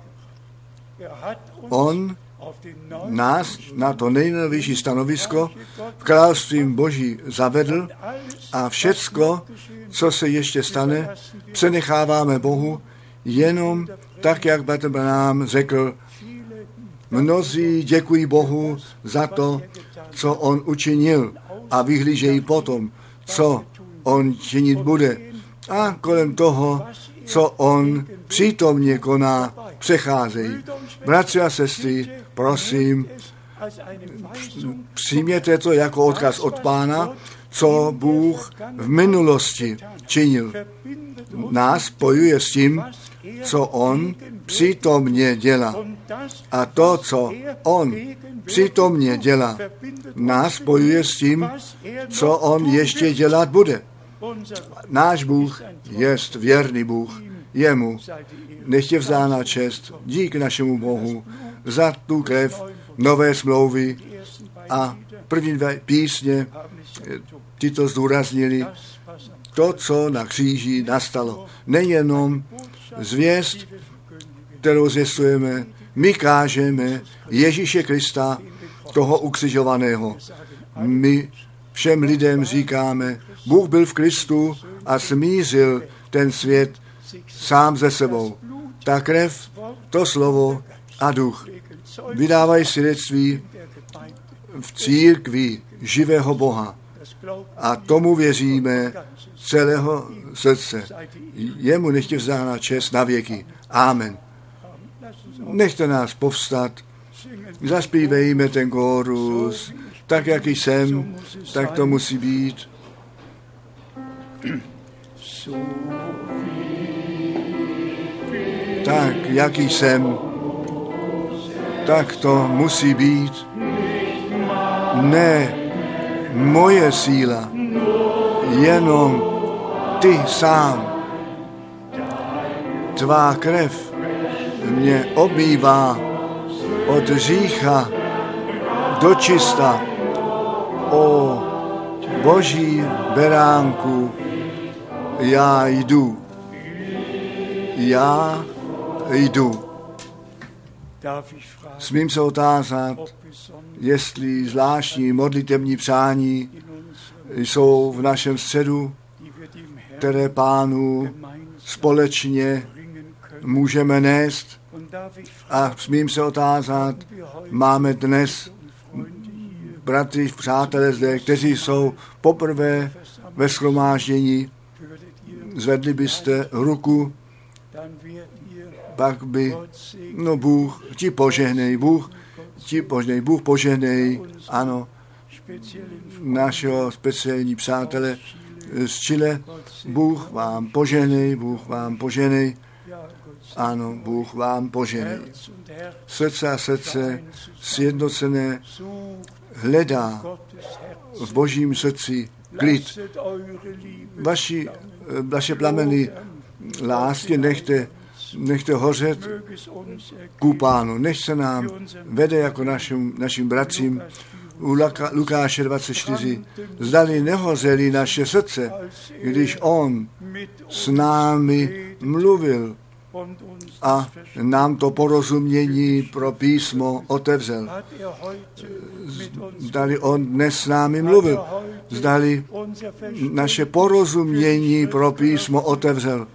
On nás na to nejnovější stanovisko v království Boží zavedl a všecko, co se ještě stane, přenecháváme Bohu, jenom tak, jak bratr Branham řekl, mnozí děkují Bohu za to, co on učinil a vyhlížejí potom, co on činit bude. A kolem toho, co on přítomně koná, přecházejí. Bratři a sestry, prosím, přijměte to jako odkaz od Pána, co Bůh v minulosti činil. Nás spojuje s tím, co on přítomně dělá. A to, co on přítomně dělá, nás spojuje s tím, co on ještě dělat bude. Náš Bůh jest věrný Bůh. Jemu nech je vzána čest, dík našemu Bohu, za tu krev nové smlouvy a první dvě písně ti to zdůraznili, to, co na kříži nastalo. Nejenom zvěst, kterou zvěstujeme, my kážeme Ježíše Krista, toho ukřižovaného. My všem lidem říkáme, Bůh byl v Kristu a smířil ten svět sám ze sebou. Ta krev, to slovo a duch vydávají svědectví v církvi živého Boha. A tomu věříme celého srdce. Jemu nechtě vzdána čest na věky. Amen. Nechte nás povstat. Zaspívejme ten kórus. Tak, jak jsem, tak to musí být. Tak, jaký jsem, tak to musí být. Ne moje síla, jenom ty sám. Tvá krev mě obmývá od hřícha do čista. O Boží beránku, já jdu. Já jdu. Smím se otázat, jestli zvláštní modlitební přání jsou v našem středu, které Pánu společně můžeme nést. A smím se otázat, máme dnes bratři, přátelé zde, kteří jsou poprvé ve shromáždění, zvedli byste ruku, pak by, no Bůh, ti požehnej, Bůh, ti požehnej, Bůh požehnej, ano, našeho speciální přátele z Chile, Bůh vám požehnej, Bůh vám požehnej, ano, Bůh vám požehnej. Srdce a srdce sjednocené hledá v Božím srdci klid. Vaši, vaše plameny lásky nechte, nechte hořet ku Pánu. Nech se nám vede jako našim, našim bratřím u Luka, Lukáše dvacet čtyři. Zdali nehořeli naše srdce, když on s námi mluvil a nám to porozumění pro písmo otevřel. Zdali on dnes s námi mluvil. Zdali naše porozumění pro písmo otevřel.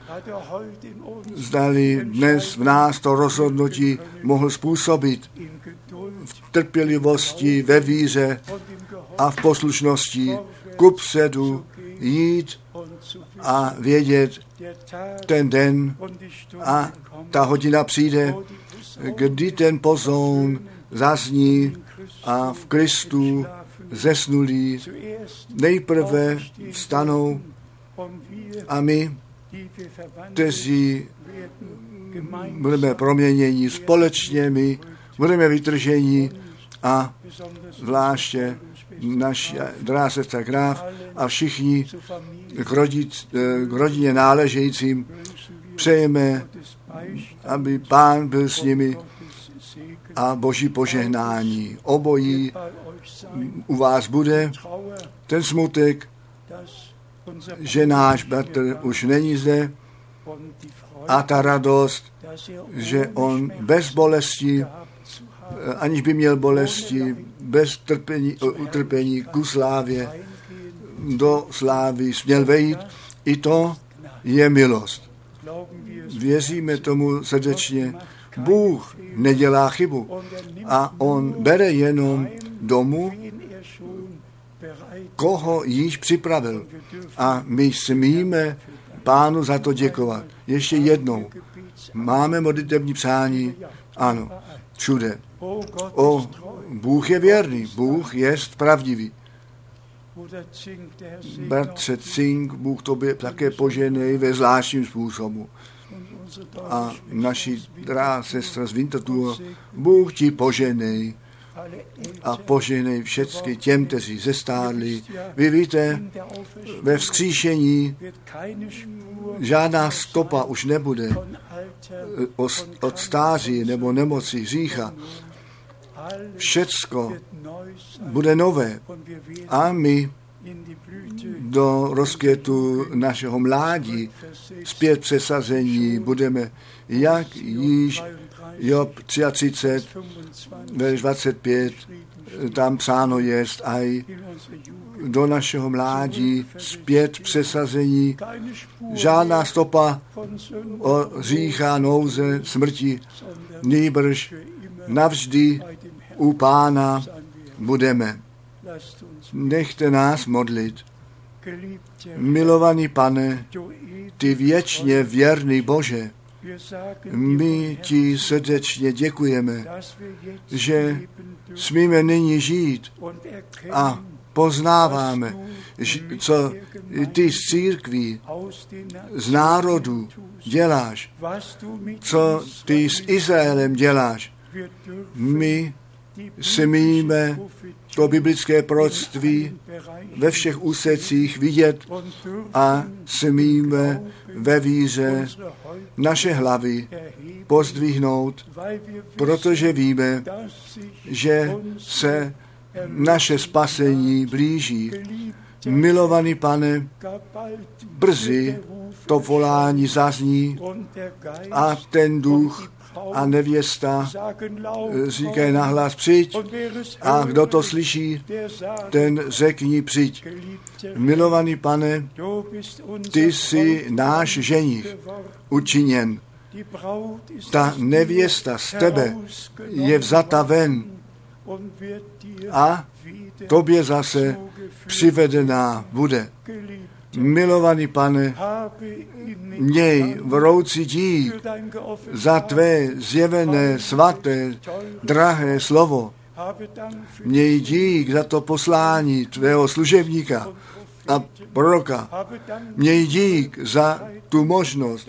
Zdali dnes v nás to rozhodnutí mohl způsobit v trpělivosti, ve víře a v poslušnosti kupředu jít a vědět, ten den a ta hodina přijde, kdy ten pozoun zazní a v Kristu zesnulí nejprve vstanou a my, kteří budeme proměněni společně, my budeme vytrženi a zvláště naši drahá sestra Graf a všichni k, rodic, k rodině náležejícím přejeme, aby Pán byl s nimi a Boží požehnání. Obojí u vás bude ten smutek, že náš bratr už není zde a ta radost, že on bez bolesti, aniž by měl bolesti, bez trpení, utrpení ku slávě, do slávy směl vejít. I to je milost. Věříme tomu srdečně. Bůh nedělá chybu a on bere jenom domů, koho již připravil. A my smíme Pánu za to děkovat. Ještě jednou. Máme modlitební přání? Ano, všude. O, Bůh je věrný, Bůh je pravdivý. Bratře Cink, Bůh tobě také poženej ve zvláštním způsobu. A naši drahá sestra z Winterthur, Bůh ti poženej a poženej všecky těm, kteří zestárli. Vy víte, ve vzkříšení žádná stopa už nebude od stáří nebo nemoci hřícha. Všecko bude nové a my do rozkvětu našeho mládí zpět přesazení budeme, jak již Job třicet tři, verš dvacet pět tam psáno jest aj do našeho mládí zpět přesazení, žádná stopa o hřícha, nouze, smrti, nýbrž navždy u Pána budeme. Nechte nás modlit. Milovaný Pane, ty věčně věrný Bože, my ti srdečně děkujeme, že smíme nyní žít a poznáváme, co ty z církví, z národů děláš, co ty s Izraelem děláš. My smíme to biblické proroctví ve všech úsecích vidět a smíme ve víře naše hlavy pozdvihnout, protože víme, že se naše spasení blíží. Milovaný Pane, brzy to volání zazní a ten duch a nevěsta říkají nahlas přijď a kdo to slyší, ten řekni přijď. Milovaný Pane, ty jsi náš ženich učiněn. Ta nevěsta z tebe je vzata ven a tobě zase přivedená bude. Milovaný Pane, měj vroucí dík za tvé zjevené, svaté, drahé slovo. Měj dík za to poslání tvého služebníka a proroka. Měj dík za tu možnost,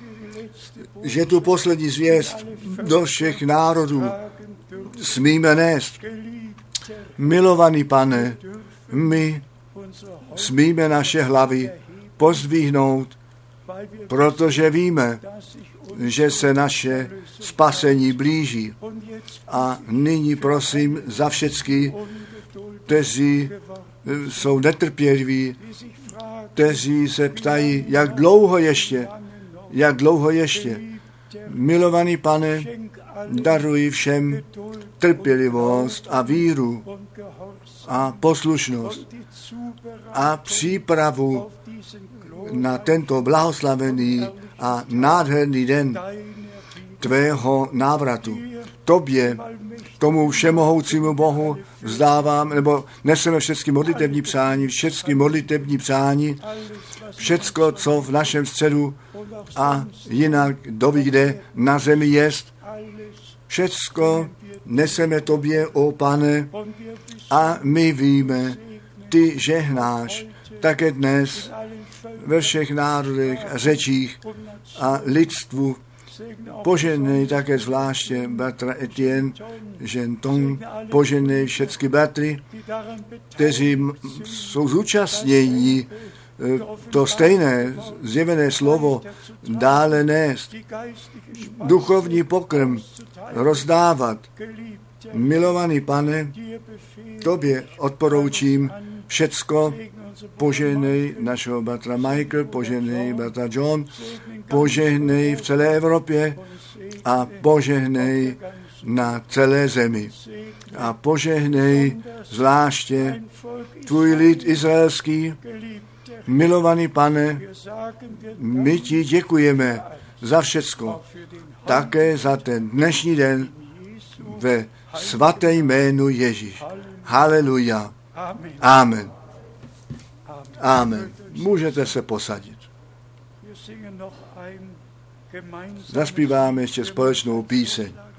že tu poslední zvěst do všech národů smíme nést. Milovaný Pane, my smíme naše hlavy pozdvihnout, protože víme, že se naše spasení blíží. A nyní prosím za všechny, kteří jsou netrpěliví, kteří se ptají, jak dlouho ještě, jak dlouho ještě. Milovaný Pane, daruj všem trpělivost a víru a poslušnost a přípravu na tento blahoslavený a nádherný den tvého návratu. Tobě, tomu všemohoucímu Bohu, vzdávám, nebo neseme všechny modlitební přání, všechny modlitební přání, všecko, co v našem středu a jinak doví, kde na zemi jest. Všecko neseme tobě, o Pane, a my víme, ty žehnáš také dnes ve všech národech a řečích a lidstvu. Poženej také zvláště bratra Etienne, Genton, poženej všechny bratry, kteří jsou zúčastnění to stejné zjevené slovo dále nést, duchovní pokrm rozdávat. Milovaný Pane, tobě odporoučím všecko, požehnej našeho bratra Michael, požehnej bratra John, požehnej v celé Evropě a požehnej na celé zemi. A požehnej zvláště tvůj lid izraelský. Milovaný Pane, my ti děkujeme za všecko, také za ten dnešní den ve svaté jménu Ježíš. Haleluja. Amen. Amen. Můžete se posadit. Zaspíváme ještě společnou píseň.